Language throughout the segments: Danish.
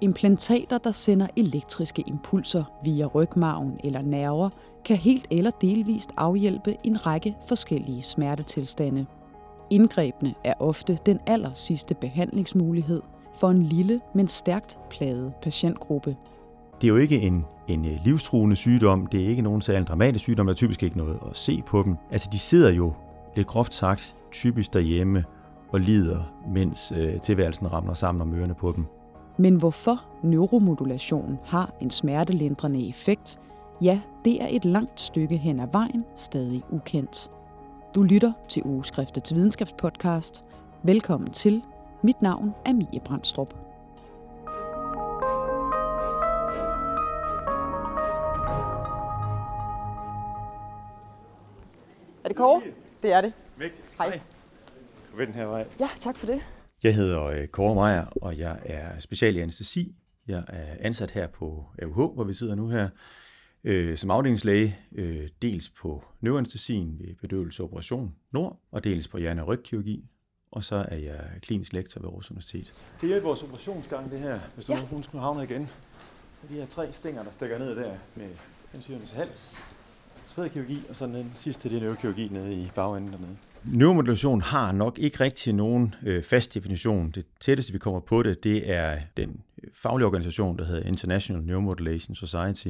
Implantater, der sender elektriske impulser via rygmarven eller nerver, kan helt eller delvist afhjælpe en række forskellige smertetilstande. Indgrebene er ofte den allersidste behandlingsmulighed for en lille, men stærkt plaget patientgruppe. Det er jo ikke en livstruende sygdom, det er ikke nogen særlig dramatisk sygdom, der er typisk ikke noget at se på dem. Altså de sidder jo, lidt groft sagt, typisk derhjemme og lider, mens tilværelsen ramler sammen om ørerne på dem. Men hvorfor neuromodulation har en smertelindrende effekt, ja, det er et langt stykke hen ad vejen stadig ukendt. Du lytter til Ugeskriftets videnskabspodcast. Velkommen til. Mit navn er Mie Brandstrup. Er det Kåre? Det er det. Vigtigt. Hej. Kom ved den her vej. Ja, tak for det. Jeg hedder Kåre Meyer, og jeg er special i anæstesi. Jeg er ansat her på AUH, hvor vi sidder nu her, som afdelingslæge, dels på neuroanæstesien ved bedøvelse og operation Nord, og dels på hjerne- og rygkirurgi. Og så er jeg klinisk lektor ved Aarhus Universitet. Det er vores operationsgang, det her, hvis du nogen skulle havne igen. De her 3 stænger, der stikker ned der med hensydernes hals, sværdkirurgi, og så den sidste, det er neurokirurgi nede i bagenden dernede. Neuromodulation har nok ikke rigtig nogen fast definition. Det tætteste, vi kommer på det er den faglige organisation, der hedder International Neuromodulation Society,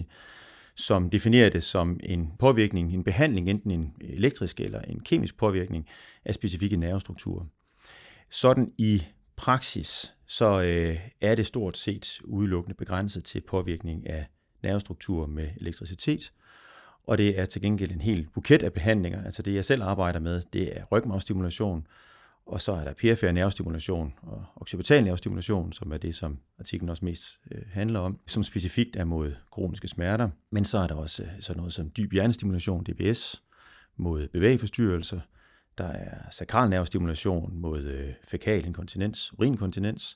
som definerer det som en påvirkning, en behandling, enten en elektrisk eller en kemisk påvirkning af specifikke nervestrukturer. Sådan i praksis, så er det stort set udelukkende begrænset til påvirkning af nervestrukturer med elektricitet, og det er til gengæld en hel buket af behandlinger. Altså det, jeg selv arbejder med, det er rygmarvsstimulation, og så er der perifær nervestimulation og occipital nervestimulation, som er det, som artiklen også mest handler om, som specifikt er mod kroniske smerter. Men så er der også sådan noget som dyb hjernestimulation, DBS, mod bevægeforstyrrelser. Der er sakral nervestimulation mod fækal inkontinens, urinkontinens.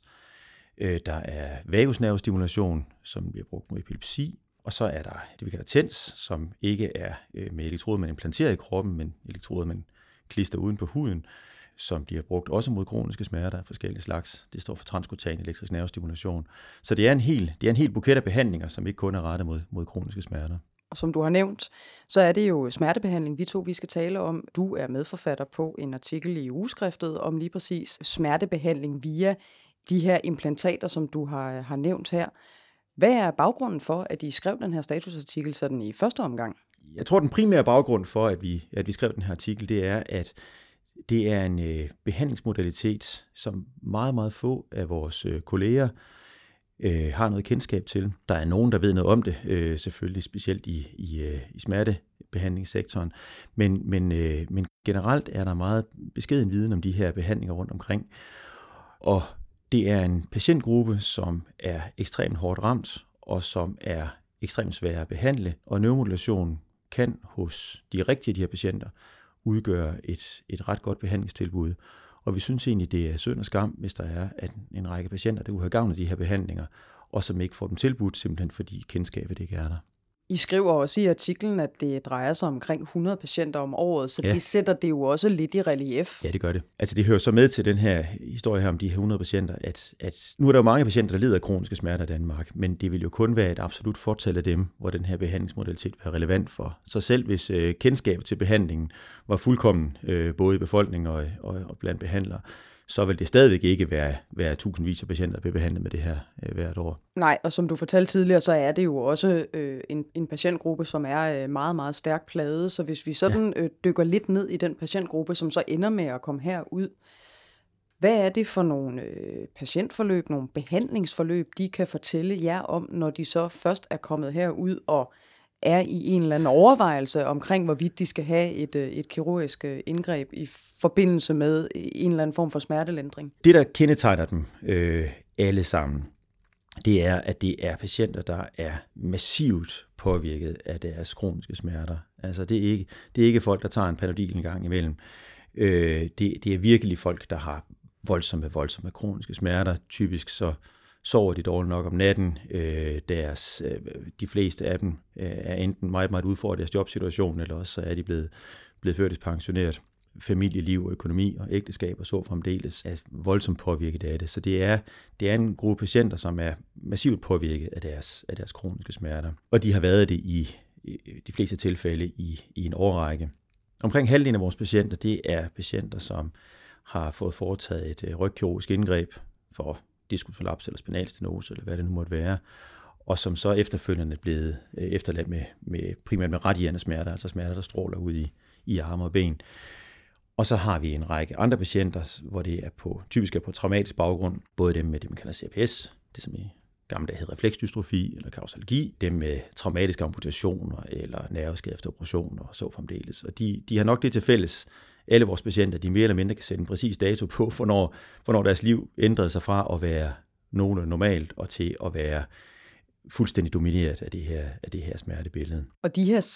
Der er vagusnervestimulation, som bliver brugt mod epilepsi. Og så er der det, vi kalder TENS, som ikke er med elektroder, man implanterer i kroppen, men elektroder, man klister uden på huden, som bliver brugt også mod kroniske smerter af forskellige slags. Det står for transkutan elektrisk nervestimulation. Så det er en hel buket af behandlinger, som ikke kun er rettet mod kroniske smerter. Og som du har nævnt, så er det jo smertebehandling, vi skal tale om. Du er medforfatter på en artikel i Ugeskriftet om lige præcis smertebehandling via de her implantater, som du har nævnt her. Hvad er baggrunden for, at I skrev den her statusartikel sådan i første omgang? Jeg tror, den primære baggrund for, at vi skrev den her artikel, det er, at det er en behandlingsmodalitet, som meget, meget få af vores kolleger har noget kendskab til. Der er nogen, der ved noget om det, selvfølgelig specielt i smertebehandlingssektoren, men generelt er der meget beskeden viden om de her behandlinger rundt omkring. Og det er en patientgruppe, som er ekstremt hårdt ramt, og som er ekstremt svær at behandle, og neuromodulation kan hos de rigtige af de her patienter udgøre et ret godt behandlingstilbud. Og vi synes egentlig, det er synd og skam, hvis der er en række patienter, der har gavn af de her behandlinger, og som ikke får dem tilbudt, simpelthen fordi kendskabet ikke er der. I skriver også i artiklen, at det drejer sig omkring 100 patienter om året, så det sætter det jo også lidt i relief. Ja, det gør det. Altså det hører så med til den her historie her om de her 100 patienter, at nu er der jo mange patienter, der lider af kroniske smerter i Danmark, men det vil jo kun være et absolut fortal af dem, hvor den her behandlingsmodalitet er relevant for. Så selv hvis kendskabet til behandlingen var fuldkommen, både i befolkningen og blandt behandlere, så vil det stadigvæk ikke være tusindvis af patienter, der bliver behandlet med det her hvert år. Nej, og som du fortalte tidligere, så er det jo også en patientgruppe, som er meget, meget stærkt plaget. Så hvis vi sådan dykker lidt ned i den patientgruppe, som så ender med at komme herud, hvad er det for nogle patientforløb, nogle behandlingsforløb, de kan fortælle jer om, når de så først er kommet herud og er i en eller anden overvejelse omkring, hvorvidt de skal have et kirurgisk indgreb i forbindelse med en eller anden form for smertelindring? Det, der kendetegner dem alle sammen, det er, at det er patienter, der er massivt påvirket af deres kroniske smerter. Altså det er ikke folk, der tager en Panodil en gang imellem. Det er virkelig folk, der har voldsomme kroniske smerter. Typisk så sover de dårligt nok om natten. De fleste af dem er enten meget, meget udfordret i deres jobsituation, eller også så er de blevet førtidspensioneret. familieliv og økonomi og ægteskab og så fremdeles er voldsomt påvirket af det. Så det er en gruppe patienter, som er massivt påvirket af deres kroniske smerter. Og de har været det i de fleste tilfælde i en årrække. Omkring halvdelen af vores patienter, det er patienter, som har fået foretaget et rygkirurgisk indgreb for diskusprolaps eller spinalstenose, eller hvad det nu måtte være, og som så efterfølgende er blevet efterladt primært med radierende smerter, altså smerter, der stråler ud i arme og ben. Og så har vi en række andre patienter, hvor det er typisk er på traumatisk baggrund, både dem med det, man kalder CRPS, det som i gamle dage hed refleksdystrofi eller kausalgi, dem med traumatiske amputationer eller nerveskade efter operationer og så fremdeles. Og de har nok det til fælles, alle vores patienter, de mere eller mindre kan sætte en præcis dato på, hvornår deres liv ændrede sig fra at være nogenlunde normalt og til at være fuldstændig domineret af det her smertebillede. Og de her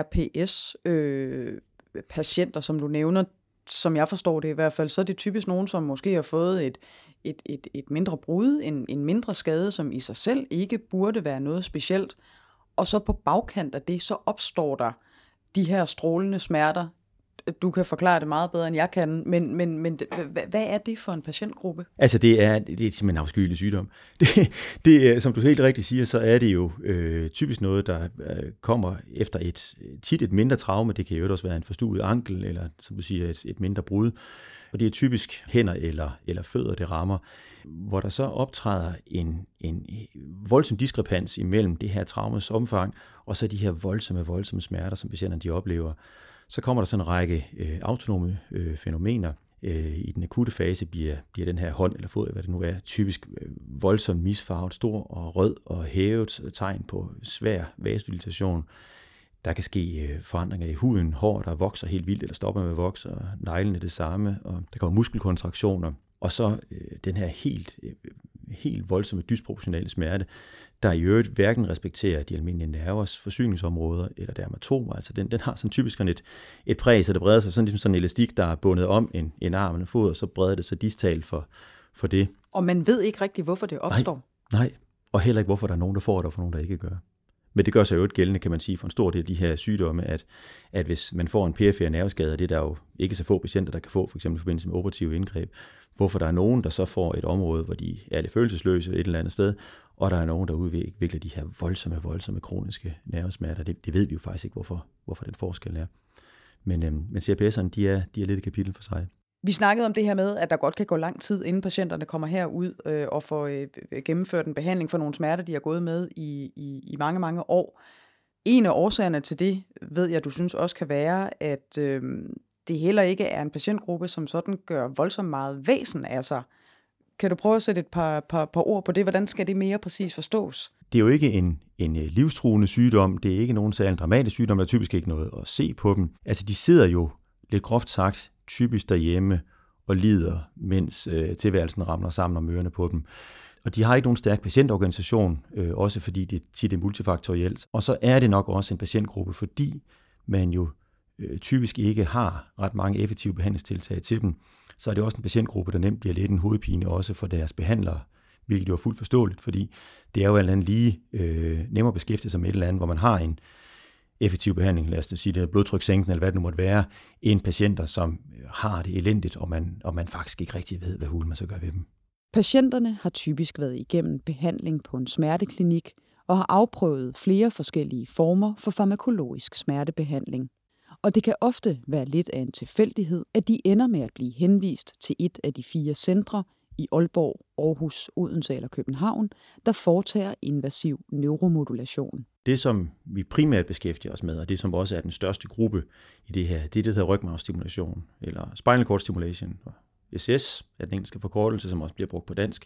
CRPS-patienter, som du nævner, som jeg forstår det i hvert fald, så er det typisk nogen, som måske har fået et mindre brud, en mindre skade, som i sig selv ikke burde være noget specielt. Og så på bagkant af det, så opstår der de her strålende smerter. Du kan forklare det meget bedre, end jeg kan, men hvad er det for en patientgruppe? Altså, det er simpelthen en afskyelig sygdom. Det, som du helt rigtigt siger, så er det jo typisk noget, der kommer efter et mindre traume. Det kan jo også være en forstuet ankel, eller som du siger, et mindre brud. Og det er typisk hænder eller fødder, det rammer, hvor der så optræder en voldsom diskrepans imellem det her traumes omfang, og så de her voldsomme smerter, som patienterne de oplever. Så kommer der sådan en række autonome fænomener. I den akutte fase bliver den her hånd eller fod, hvad det nu er, typisk voldsomt misfarvet, stor og rød og hævet, tegn på svær vasodilatation. Der kan ske forandringer i huden, hår, der vokser helt vildt eller stopper med at vokse, og neglene det samme, og der kommer muskelkontraktioner. Og så den her helt voldsomme dysproportionale smerte, der i øvrigt hverken respekterer de almindelige nervers forsyningsområder eller dermatomer. Altså den har sådan typisk et præg, så det breder sig sådan en elastik, der er bundet om en arm og en fod, og så breder det sig distalt for det. Og man ved ikke rigtig, hvorfor det opstår? Nej, og heller ikke, hvorfor der er nogen, der får det, og for nogen, der ikke gør. Men det gør sig jo et gældende, kan man sige, for en stor del af de her sygdomme, at hvis man får en perifer nerveskade, det er der jo ikke så få patienter, der kan få, f.eks. i forbindelse med operative indgreb, hvorfor der er nogen, der så får et område, hvor de er lidt følelsesløse et eller andet sted, og der er nogen, der udvikler de her voldsomme kroniske nervesmerter. Det ved vi jo faktisk ikke, hvorfor den forskel er. Men CRPS'erne, de er lidt et kapitel for sig. Vi snakkede om det her med, at der godt kan gå lang tid, inden patienterne kommer herud og får gennemført en behandling for nogle smerter, de har gået med i mange, mange år. En af årsagerne til det, ved jeg, du synes også kan være, at det heller ikke er en patientgruppe, som sådan gør voldsomt meget væsen af sig. Kan du prøve at sætte et par ord på det? Hvordan skal det mere præcis forstås? Det er jo ikke en livstruende sygdom. Det er ikke nogen særlig dramatisk sygdom. Der er typisk ikke noget at se på dem. Altså, de sidder jo, lidt groft sagt, typisk derhjemme og lider, mens tilværelsen ramler sammen om ørerne på dem. Og de har ikke nogen stærk patientorganisation, også fordi det tit er multifaktorielt. Og så er det nok også en patientgruppe, fordi man jo typisk ikke har ret mange effektive behandlingstiltag til dem. Så er det også en patientgruppe, der nemt bliver lidt en hovedpine også for deres behandlere, hvilket jo er fuldt forståeligt, fordi det er jo alt andet lige nemmere at beskæftige sig med et eller andet, hvor man har en effektiv behandling, lad os sige det, blodtrykssænkende eller hvad det nu måtte være, en patienter, som har det elendigt, og man faktisk ikke rigtig ved, hvad hulen man så gør ved dem. Patienterne har typisk været igennem behandling på en smerteklinik og har afprøvet flere forskellige former for farmakologisk smertebehandling. Og det kan ofte være lidt af en tilfældighed, at de ender med at blive henvist til et af de 4 centre i Aalborg, Aarhus, Odense eller København, der foretager invasiv neuromodulation. Det, som vi primært beskæftiger os med, og det, som også er den største gruppe i det her, det er det, der hedder rygmarvsstimulation, eller spinal cord stimulation. SS er den engelske forkortelse, som også bliver brugt på dansk.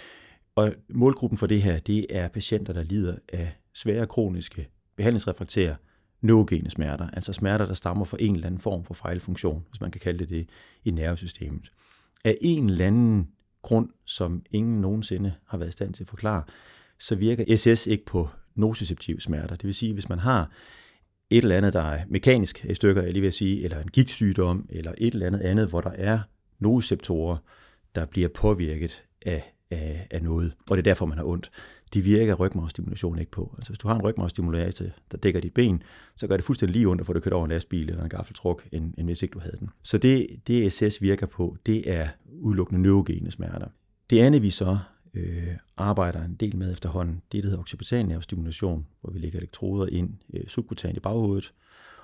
Og målgruppen for det her, det er patienter, der lider af svære kroniske behandlingsrefraktære neurogene smerter, altså smerter, der stammer fra en eller anden form for fejlfunktion, hvis man kan kalde det i nervesystemet. Af en eller anden grund, som ingen nogensinde har været i stand til at forklare, så virker SS ikke på nociceptive smerter. Det vil sige, hvis man har et eller andet, der er mekanisk i stykker, jeg lige vil sige, eller en gigtsygdom, eller et eller andet, hvor der er nociceptorer, der bliver påvirket af af noget, og det er derfor, man har ondt. De virker rygmarvsstimulation ikke på. Altså hvis du har en rygmarvsstimulator, der dækker dit ben, så gør det fuldstændig lige ondt at få det kørt over en lastbil eller en gaffeltruk, end hvis ikke du havde den. Så det SS virker på, det er udelukkende neurogene smerter. Det andet, vi så arbejder en del med efterhånden, det der hedder occipitalnervestimulation, hvor vi lægger elektroder ind subkutant i baghovedet,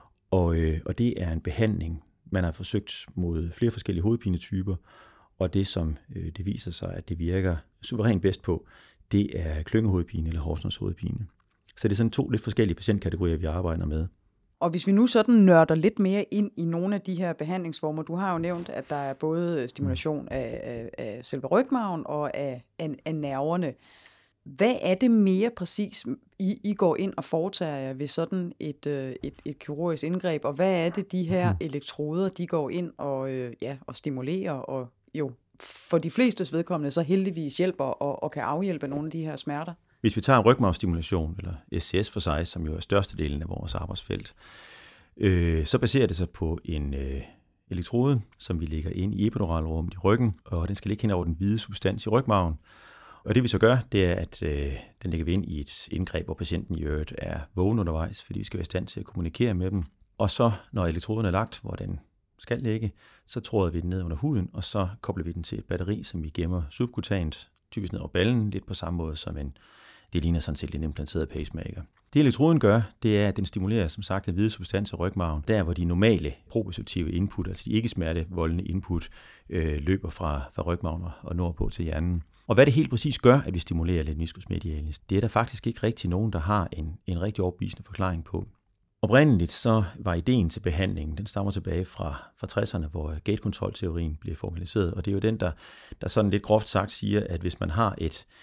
og det er en behandling, man har forsøgt mod flere forskellige hovedpinetyper, og det, som det viser sig, at det virker suverænt bedst på, det er klyngehovedpine eller horsnårshovedpine. Så det er sådan 2 lidt forskellige patientkategorier, vi arbejder med. Og hvis vi nu sådan nørder lidt mere ind i nogle af de her behandlingsformer, du har jo nævnt, at der er både stimulation af selve rygmarven og af nerverne. Hvad er det mere præcis, I går ind og foretager jer ved sådan et kirurgisk indgreb, og hvad er det, de her elektroder, de går ind og stimulerer, og jo for de flestes vedkommende så heldigvis hjælper og kan afhjælpe nogle af de her smerter? Hvis vi tager rygmarvsstimulation, eller SCS for sig, som jo er størstedelen af vores arbejdsfelt, så baserer det sig på en elektrode, som vi lægger ind i epiduralrummet i ryggen, og den skal ligge hen over den hvide substans i rygmarven. Og det vi så gør, det er, at den lægger vi ind i et indgreb, hvor patienten i øvrigt er vågen undervejs, fordi vi skal være i stand til at kommunikere med dem. Og så, når elektroden er lagt, hvor den skal ligge, så tråder vi den ned under huden, og så kobler vi den til et batteri, som vi gemmer subkutant, typisk ned over ballen, lidt på samme måde som det ligner sådan set en implanteret pacemaker. Det elektroden gør, det er, at den stimulerer, som sagt, den hvide substans af rygmarven, der hvor de normale proprioceptive input, altså de ikke smertevoldende input, løber fra rygmarven og nordpå til hjernen. Og hvad det helt præcis gør, at vi stimulerer lemniscus medialis, det er der faktisk ikke rigtig nogen, der har en rigtig overbevisende forklaring på. Oprindeligt så var ideen til behandlingen, den stammer tilbage fra 60'erne, hvor gate-kontrol-teorien blev formaliseret, og det er jo den, der sådan lidt groft sagt siger, at hvis man har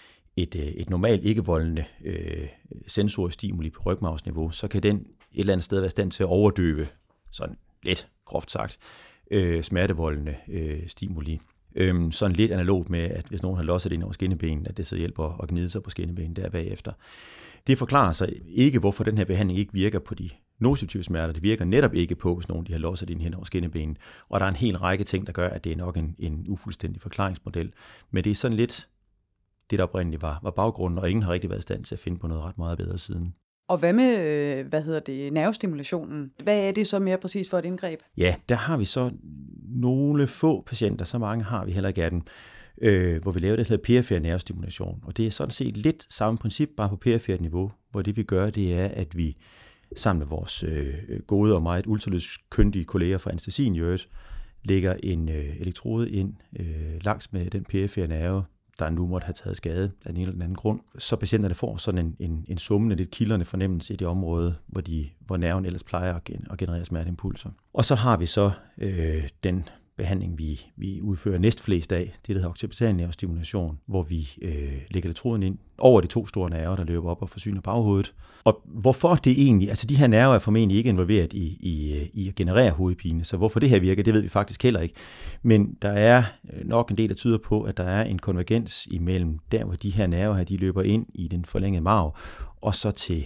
et normalt ikke-voldende sensorstimuli på rygmarvsniveau, så kan den et eller andet sted være i stand til at overdøve, sådan lidt groft sagt, smertevoldende stimuli. Sådan lidt analogt med, at hvis nogen har losset ind over skinnebenen, at det så hjælper at gnide sig på skinnebenen der bagefter. Det forklarer sig ikke, hvorfor den her behandling ikke virker på de nociceptive smerter. Det virker netop ikke på, hvis nogen de har losset ind hen over skinnebenen. Og der er en hel række ting, der gør, at det er nok en ufuldstændig forklaringsmodel. Men det er sådan lidt det, der oprindeligt var baggrunden, og ingen har rigtig været i stand til at finde på noget ret meget bedre siden. Og hvad med, nervestimulationen? Hvad er det så mere præcis for et indgreb? Ja, der har vi så nogle få patienter, så mange har vi heller ikke af dem, hvor vi laver det, der hedder perifer nervestimulation. Og det er sådan set lidt samme princip, bare på perifert niveau, hvor det vi gør, det er, at vi sammen med vores gode og meget ultralydskyndige kolleger fra anæstesien i øvrigt, lægger en elektrode ind langs med den perifere nerve, der nu måtte have taget skade af en eller anden grund, så patienterne får sådan en summende, lidt kildrende fornemmelse i det område, hvor nerven ellers plejer at generere smerteimpulser. Og så har vi så den behandling, vi udfører næstflest af, det der hedder occipitalnervestimulation, hvor vi lægger elektroden ind over de 2 store nerver, der løber op og forsyner baghovedet. Og hvorfor det egentlig, altså de her nerver er formentlig ikke involveret i at generere hovedpine, så hvorfor det her virker, det ved vi faktisk heller ikke. Men der er nok en del, der tyder på, at der er en konvergens imellem der, hvor de her nerver her, de løber ind i den forlængede marv, og så til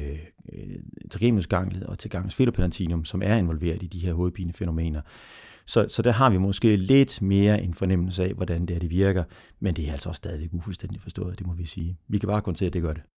trigeminusganglet og til ganglens fibropalantinum, som er involveret i de her hovedpinefænomener. Så der har vi måske lidt mere en fornemmelse af, hvordan det virker, men det er altså også stadigvæk ufuldstændigt forstået, det må vi sige. Vi kan bare konstatere, at det gør det.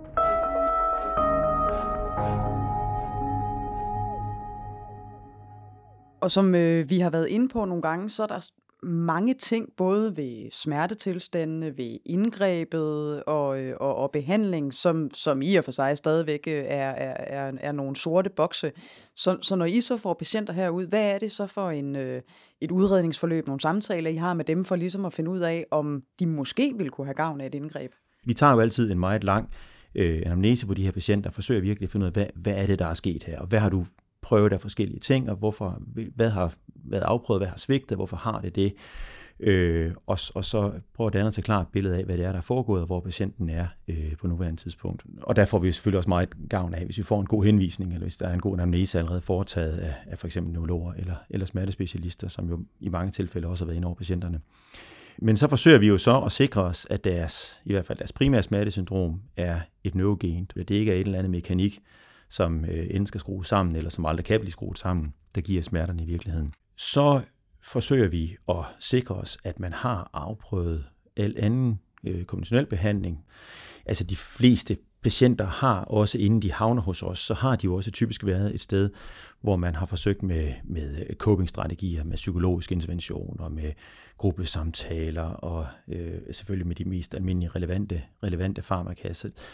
Og som vi har været inde på nogle gange, så er der mange ting, både ved smertetilstandene, ved indgrebet og behandling, som i og for sig stadigvæk er nogle sorte bokse. Så når I så får patienter herud, hvad er det så for et udredningsforløb, nogle samtaler, I har med dem, for ligesom at finde ud af, om de måske ville kunne have gavn af et indgreb? Vi tager jo altid en meget lang anamnese på de her patienter, og forsøger virkelig at finde ud af, hvad er det, der er sket her, og hvad har du prøvet af forskellige ting, og hvad har været afprøvet, hvad har svigtet, hvorfor har det, og så prøve at danne et klart billede af, hvad det er, der er foregået, og hvor patienten er på nuværende tidspunkt. Og der får vi selvfølgelig også meget gavn af, hvis vi får en god henvisning, eller hvis der er en god anamnese allerede foretaget af for eksempel neurologer eller smertespecialister, som jo i mange tilfælde også har været inde over patienterne. Men så forsøger vi jo så at sikre os, at i hvert fald deres primære smertesyndrom er et neurogent, at det ikke er et eller andet mekanik, som enten skal skrues sammen, eller som aldrig kan blive skruet sammen, der giver smerterne i virkeligheden. Så forsøger vi at sikre os, at man har afprøvet al anden konventionel behandling. Altså de fleste patienter har også, inden de havner hos os, så har de jo også typisk været et sted, hvor man har forsøgt med coping-strategier, med psykologiske interventioner, med gruppesamtaler og selvfølgelig med de mest almindelige relevante farmaka,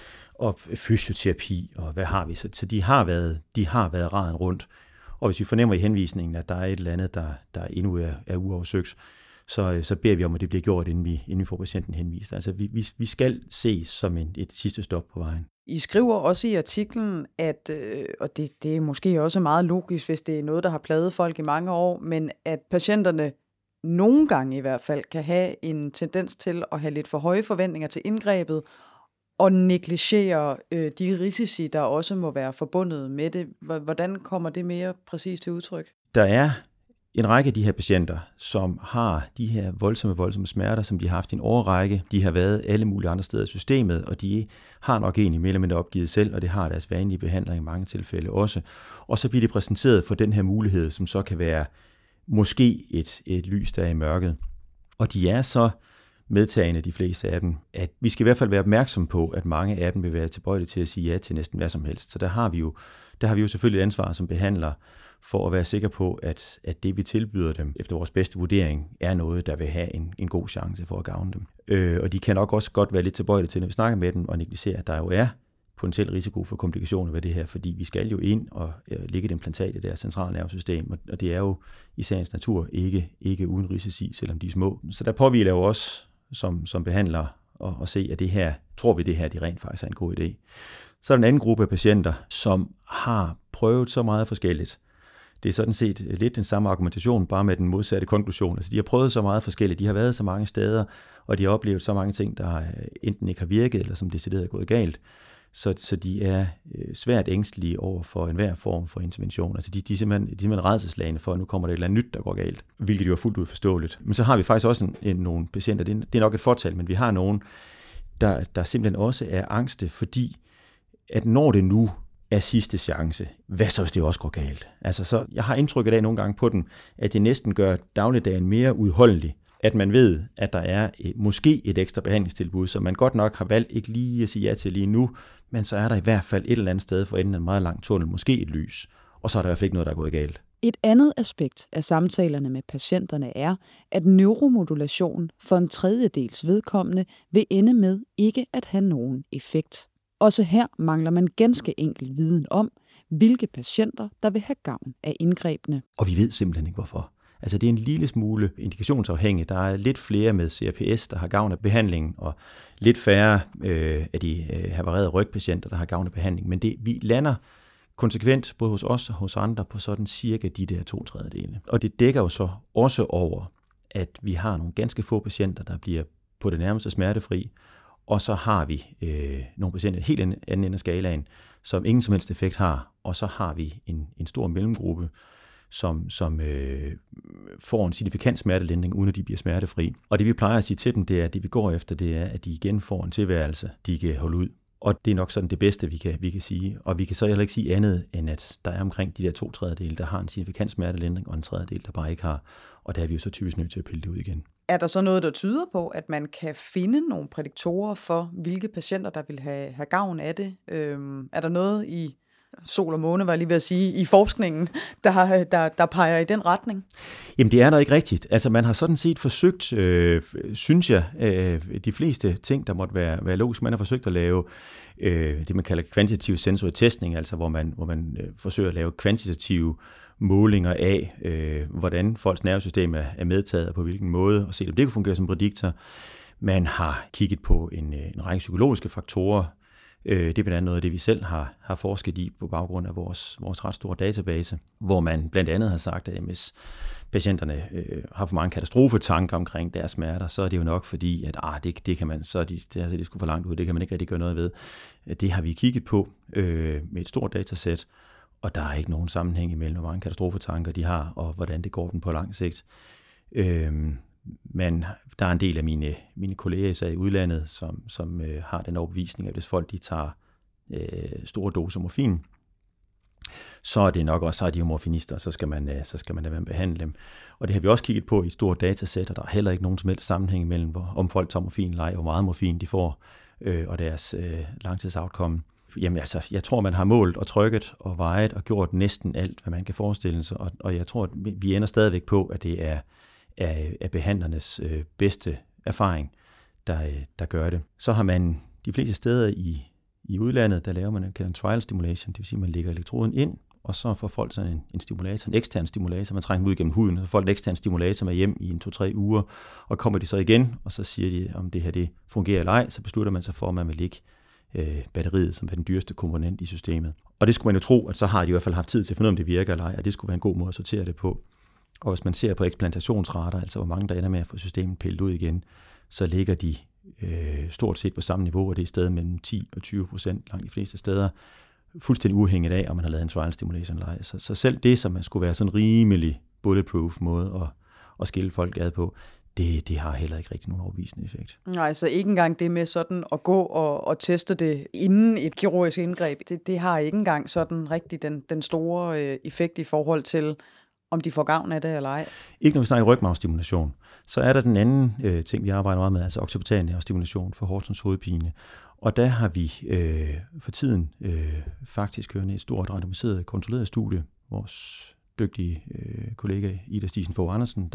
og fysioterapi, og hvad har vi? Så de har været raden rundt. Og hvis vi fornemmer i henvisningen, at der er et eller andet, der endnu er uoversøgt, så beder vi om, at det bliver gjort, inden vi får patienten henvist. Altså vi skal ses som et sidste stop på vejen. I skriver også i artiklen, at, og det er måske også meget logisk, hvis det er noget, der har plaget folk i mange år, men at patienterne nogle gange i hvert fald kan have en tendens til at have lidt for høje forventninger til indgrebet, og negligere de risici, der også må være forbundet med det. Hvordan kommer det mere præcist til udtryk? Der er en række af de her patienter, som har de her voldsomme smerter, som de har haft i en årrække. De har været alle mulige andre steder i systemet, og de har nok egentlig mere eller mindre opgivet selv, og det har deres vanlige behandlere i mange tilfælde også. Og så bliver de præsenteret for den her mulighed, som så kan være måske et lys der i mørket. Og de er så medtagende, de fleste af dem, at vi skal i hvert fald være opmærksom på, at mange af dem vil være tilbøjelige til at sige ja til næsten hvad som helst. Så der har vi jo selvfølgelig et ansvar som behandler for at være sikre på, at det vi tilbyder dem efter vores bedste vurdering er noget, der vil have en god chance for at gavne dem. Og de kan nok også godt være lidt tilbøjelige til, når vi snakker med dem, og negligere, at der jo er potentiel risiko for komplikationer ved det her, fordi vi skal jo ind og lægge et implantat i deres centralnervesystem, og det er jo i sagens natur ikke uden risici, selvom de er små. Så der påhviler jo også som behandler at se, at det her, tror vi det her, det rent faktisk er en god idé. Så er der en anden gruppe af patienter, som har prøvet så meget forskelligt. Det er sådan set lidt den samme argumentation, bare med den modsatte konklusion. Altså de har prøvet så meget forskelligt, de har været så mange steder, og de har oplevet så mange ting, der enten ikke har virket, eller som decideret er gået galt. Så de er svært ængstelige over for enhver form for intervention. Altså de er simpelthen rædselslagne for, at nu kommer der et eller andet nyt, der går galt, hvilket jo er fuldt ud forståeligt. Men så har vi faktisk også nogle patienter, det er nok et fortal, men vi har nogen, der simpelthen også er angste, fordi at når det nu er sidste chance, hvad så hvis det også går galt? Altså så jeg har indtryk af det nogle gange på den, at det næsten gør dagligdagen mere udholdelig, at man ved, at der er måske et ekstra behandlingstilbud, som man godt nok har valgt ikke lige at sige ja til lige nu, men så er der i hvert fald et eller andet sted for enden af en meget lang tunnel, måske et lys, og så er der i hvert fald ikke noget, der er gået galt. Et andet aspekt af samtalerne med patienterne er, at neuromodulation for en tredjedels vedkommende vil ende med ikke at have nogen effekt. Også her mangler man ganske enkelt viden om, hvilke patienter, der vil have gavn af indgrebene. Og vi ved simpelthen ikke, hvorfor. Altså det er en lille smule indikationsafhængigt. Der er lidt flere med CRPS, der har gavn af behandlingen, og lidt færre af de havarerede rygpatienter, der har gavn af behandling. Men vi lander konsekvent, både hos os og hos andre, på sådan cirka de der 2/3. Og det dækker jo så også over, at vi har nogle ganske få patienter, der bliver på det nærmeste smertefri, og så har vi nogle patienter helt anden ende af skalaen, som ingen som helst effekt har, og så har vi en stor mellemgruppe, som får en signifikant smertelindring, uden at de bliver smertefri. Og det vi plejer at sige til dem, det er, at det vi går efter, det er, at de igen får en tilværelse, de kan holde ud. Og det er nok sådan det bedste, vi kan sige. Og vi kan så heller ikke sige andet, end at der er omkring de der 2/3, der har en signifikant smertelindring, og en 1/3, der bare ikke har. Og der er vi jo så typisk nødt til at pille det ud igen. Er der så noget, der tyder på, at man kan finde nogle prædiktorer for, hvilke patienter, der vil have gavn af det? Er der noget i sol og måne, var jeg lige ved at sige, i forskningen, der peger i den retning? Jamen det er der ikke rigtigt. Altså man har sådan set forsøgt, synes jeg, de fleste ting, der måtte være logisk. Man har forsøgt at lave det, man kalder kvantitativ sensory testing, altså hvor man forsøger at lave kvantitative målinger af, hvordan folks nervesystem er medtaget og på hvilken måde, og se om det kan fungere som prædiktor. Man har kigget på en række psykologiske faktorer. Det er blandt andet noget af det, vi selv har forsket i på baggrund af vores ret store database, hvor man blandt andet har sagt, at hvis patienterne har for mange katastrofetanker omkring deres smerter, så er det jo nok fordi, at det kan man, så det er sgu for langt ud, det kan man ikke rigtig gøre noget ved. Det har vi kigget på med et stort datasæt, og der er ikke nogen sammenhæng imellem, hvor mange katastrofetanker de har, og hvordan det går den på lang sigt. Men der er en del af mine kolleger især i udlandet, som har den overbevisning, at hvis folk de tager store doser morfin, så er det nok også, så er de jo morfinister, så skal man lade være med at behandle dem. Og det har vi også kigget på i et stort datasæt, og der er heller ikke nogen som helst sammenhæng mellem, om folk tager morfin eller ej, hvor meget morfin de får, og deres langtidsoutcome. Jamen altså, jeg tror, man har målt og trykket og vejet og gjort næsten alt, hvad man kan forestille sig, og jeg tror, at vi ender stadigvæk på, at det er behandlernes bedste erfaring, der gør det. Så har man de fleste steder i udlandet, der laver man en trial stimulation, det vil sige, at man lægger elektroden ind, og så får folk sådan en stimulator, en ekstern stimulator, man trænger den ud gennem huden, og så får folk en ekstern stimulator med hjem i 2-3 uger, og kommer de så igen, og så siger de, om det her det fungerer eller ej, så beslutter man sig for, at man vil lægge batteriet, som er den dyreste komponent i systemet. Og det skulle man jo tro, at så har de i hvert fald haft tid til at finde ud af, om det virker eller ej, og det skulle være en god måde at sortere det på. Og hvis man ser på eksplantationsrater, altså hvor mange der ender med at få systemet pillet ud igen, så ligger de stort set på samme niveau, og det er stadig mellem 10 og 20% langt de fleste steder, fuldstændig uafhængigt af, om man har lavet en trial stimulation eller ej. Så selv det, som man skulle være sådan en rimelig bulletproof måde at skille folk ad på, det har heller ikke rigtig nogen overbevisende effekt. Nej, så ikke engang det med sådan at gå og teste det inden et kirurgisk indgreb, det har ikke engang sådan rigtig den store effekt i forhold til, om de får gavn af det eller ej. Ikke når vi snakker rygmarvsstimulation. Så er der den anden ting, vi arbejder meget med, altså occipitalnervestimulation for Horsens hovedpine. Og der har vi for tiden faktisk kørende et stort randomiseret kontrolleret studie. Vores dygtige kollega Ida Stisen Fogh Andersen,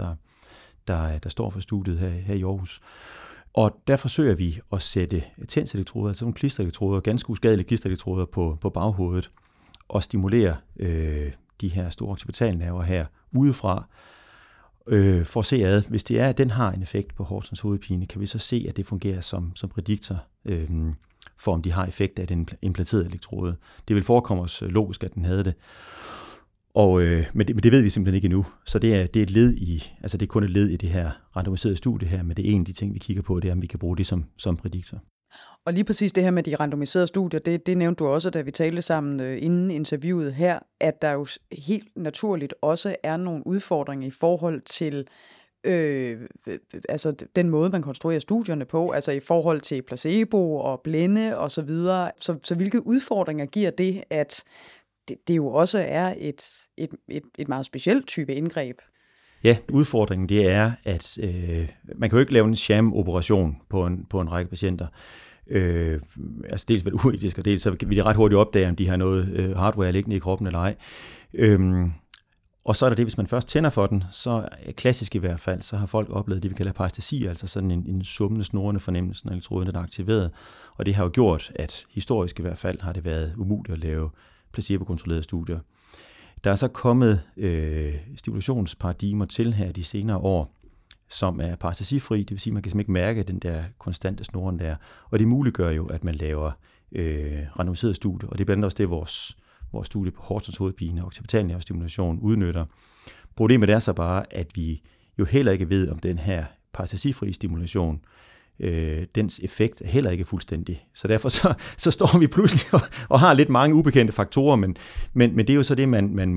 der står for studiet her i Aarhus. Og der forsøger vi at sætte tenselektroder, altså nogle klisterelektroder, ganske uskadelige klisterelektroder på baghovedet, og stimulere de her store occipitalnerver her udefra, for at se ad, hvis det er, at den har en effekt på Horsens hovedpine, kan vi så se, at det fungerer som prædiktor for, om de har effekt af den implanterede elektrode. Det vil forekomme os logisk, at den havde det. Men det ved vi simpelthen ikke endnu. Så det er et led i, altså det er kun et led i det her randomiserede studie her, men det er en af de ting, vi kigger på, det er, om vi kan bruge det som prædiktor. Og lige præcis det her med de randomiserede studier, det nævnte du også, da vi talte sammen inden interviewet her, at der jo helt naturligt også er nogle udfordringer i forhold til altså den måde, man konstruerer studierne på, altså i forhold til placebo og blinde og så videre. Så hvilke udfordringer giver det, at det jo også er et meget specielt type indgreb? Ja, udfordringen det er, at man kan jo ikke lave en sham-operation på en række patienter. Altså dels var det uetisk, og dels så vil de ret hurtigt opdage, om de har noget hardware liggende i kroppen eller ej. Og så er der det, hvis man først tænder for den, så klassisk i hvert fald, så har folk oplevet det, vi kalder parestesi, altså sådan en summende, snurrende fornemmelse, når elektroden er aktiveret. Og det har jo gjort, at historisk i hvert fald har det været umuligt at lave placebo-kontrollerede studier. Der er så kommet stimulationsparadigmer til her de senere år, som er parestesifri, det vil sige, at man kan simpelthen ikke mærke den der konstante snurren der. Og det muliggør jo, at man laver randomiserede studier, og det er blandt andet også det, vores studie på Horsens hovedpine og occipitalnervestimulation udnytter. Problemet er så bare, at vi jo heller ikke ved, om den her parestesifri stimulation, dens effekt er heller ikke fuldstændig. Så derfor så står vi pludselig og har lidt mange ubekendte faktorer, men det er jo så det, man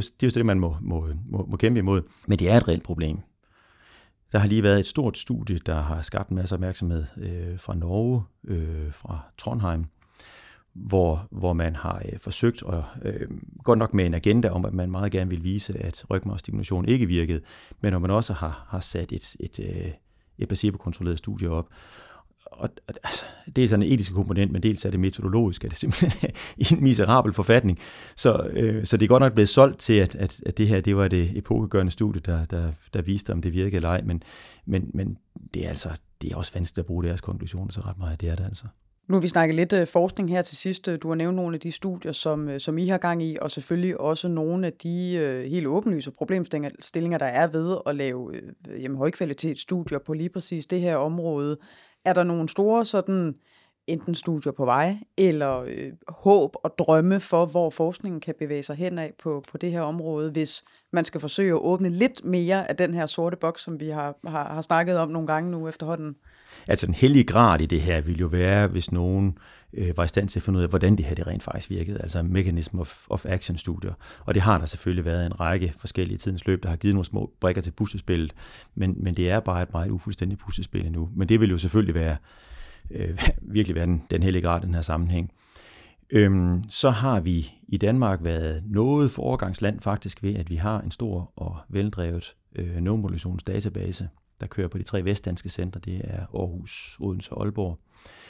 må kæmpe imod. Men det er et reelt problem. Der har lige været et stort studie, der har skabt en masse opmærksomhed fra Norge, fra Trondheim, hvor man har forsøgt, og godt nok med en agenda om, at man meget gerne vil vise, at rygmarvsstimulation ikke virkede, men når man også har sat et placebo-kontrolleret studie op. Og altså, det er sådan en etisk komponent, men dels er det metodologisk, at det simpelthen er en miserabel forfatning. Så det er godt nok blevet solgt til, at det her, det var det epokegørende studie, der viste, om det virkede eller ej, men det er altså, det er også vanskeligt at bruge deres konklusioner så ret meget, det er det altså. Nu har vi snakket lidt forskning her til sidst. Du har nævnt nogle af de studier, som I har gang i, og selvfølgelig også nogle af de helt åbenlyse problemstillinger, der er ved at lave højkvalitetsstudier på lige præcis det her område. Er der nogle store sådan enten studier på vej, eller håb og drømme for, hvor forskningen kan bevæge sig henad på det her område, hvis man skal forsøge at åbne lidt mere af den her sorte boks, som vi har snakket om nogle gange nu efterhånden? Altså den hellige grad i det her vil jo være, hvis nogen var i stand til at finde ud af, hvordan det her det rent faktisk virkede, altså mechanism of action studier. Og det har der selvfølgelig været en række forskellige tidens løb, der har givet nogle små brikker til puslespillet, men det er bare et meget ufuldstændigt puslespil endnu. Men det vil jo selvfølgelig være virkelig være den hellige grad i den her sammenhæng. Så har vi i Danmark været noget foregangsland faktisk ved, at vi har en stor og veldrevet neuromodulationsdatabase, der kører på de 3 vestdanske centre. Det er Aarhus, Odense og Aalborg.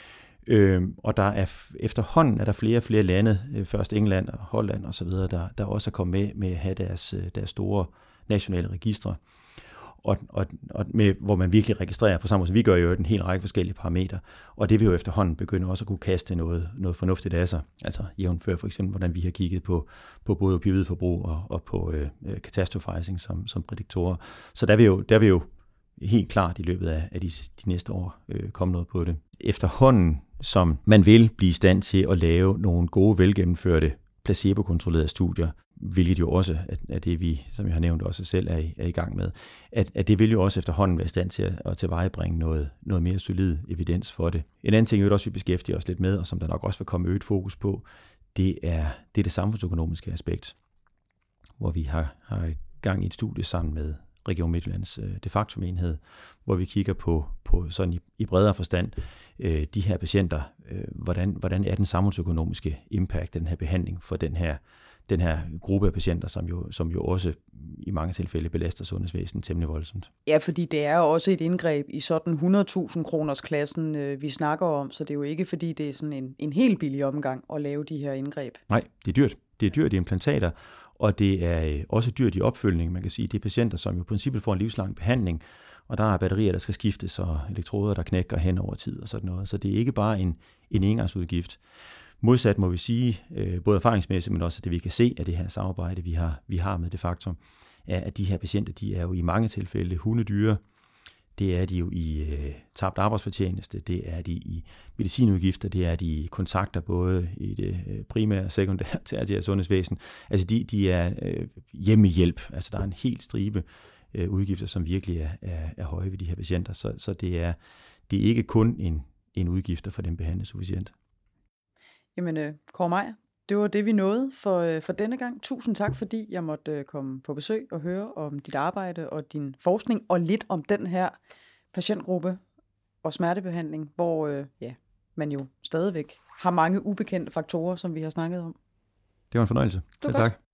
Og der er efterhånden er der flere og flere lande, først England og Holland og så videre, der også er kommet med at have deres store nationale registre, og med, hvor man virkelig registrerer på samme måde, som vi gør jo en hel række forskellige parametre, og det vil jo efterhånden begynde også at kunne kaste noget fornuftigt af sig, altså jævnfør for eksempel, hvordan vi har kigget på både opioidforbrug og på catastrophizing som prædiktorer. Så der vil jo helt klart i løbet af de næste år komme noget på det. Efterhånden, som man vil blive i stand til at lave nogle gode, velgennemførte, placebo-kontrollerede studier, hvilket jo også er det, vi, som jeg har nævnt, også selv er i gang med, at det vil jo også efterhånden være i stand til at tilvejebringe noget mere solid evidens for det. En anden ting, vi også beskæftiger os lidt med, og som der nok også vil komme øget fokus på, det er det samfundsøkonomiske aspekt, hvor vi har gang i et studie sammen med Region Midtjyllands de facto enhed, hvor vi kigger på sådan i bredere forstand de her patienter, hvordan er den samfundsøkonomiske impact af den her behandling for den her gruppe af patienter, som jo også i mange tilfælde belaster sundhedsvæsenet temmelig voldsomt. Ja, fordi det er jo også et indgreb i sådan 100.000 kroners klassen, vi snakker om, så det er jo ikke, fordi det er sådan en helt billig omgang at lave de her indgreb. Nej, det er dyrt. Det er dyrt i implantater, og det er også dyrt i opfølgning. Man kan sige, det er patienter, som jo i princippet får en livslang behandling, og der er batterier, der skal skiftes, og elektroder, der knækker hen over tid og sådan noget. Så det er ikke bare en engangsudgift. Modsat må vi sige, både erfaringsmæssigt, men også det, vi kan se af det her samarbejde, vi har med det faktum, er, at de her patienter, de er jo i mange tilfælde hundedyre. Det er de jo i tabt arbejdsfortjeneste, det er de i medicinudgifter, det er de i kontakter både i det primære og sekundære tertiære sundhedsvæsen. Altså de er hjemmehjælp, altså der er en hel stribe udgifter, som virkelig er høje ved de her patienter. Så det er ikke kun en udgift for den behandlede sufficient. Jamen, Kåre Meyer, det var det, vi nåede for denne gang. Tusind tak, fordi jeg måtte komme på besøg og høre om dit arbejde og din forskning, og lidt om den her patientgruppe og smertebehandling, hvor man jo stadigvæk har mange ubekendte faktorer, som vi har snakket om. Det var en fornøjelse. Selv tak.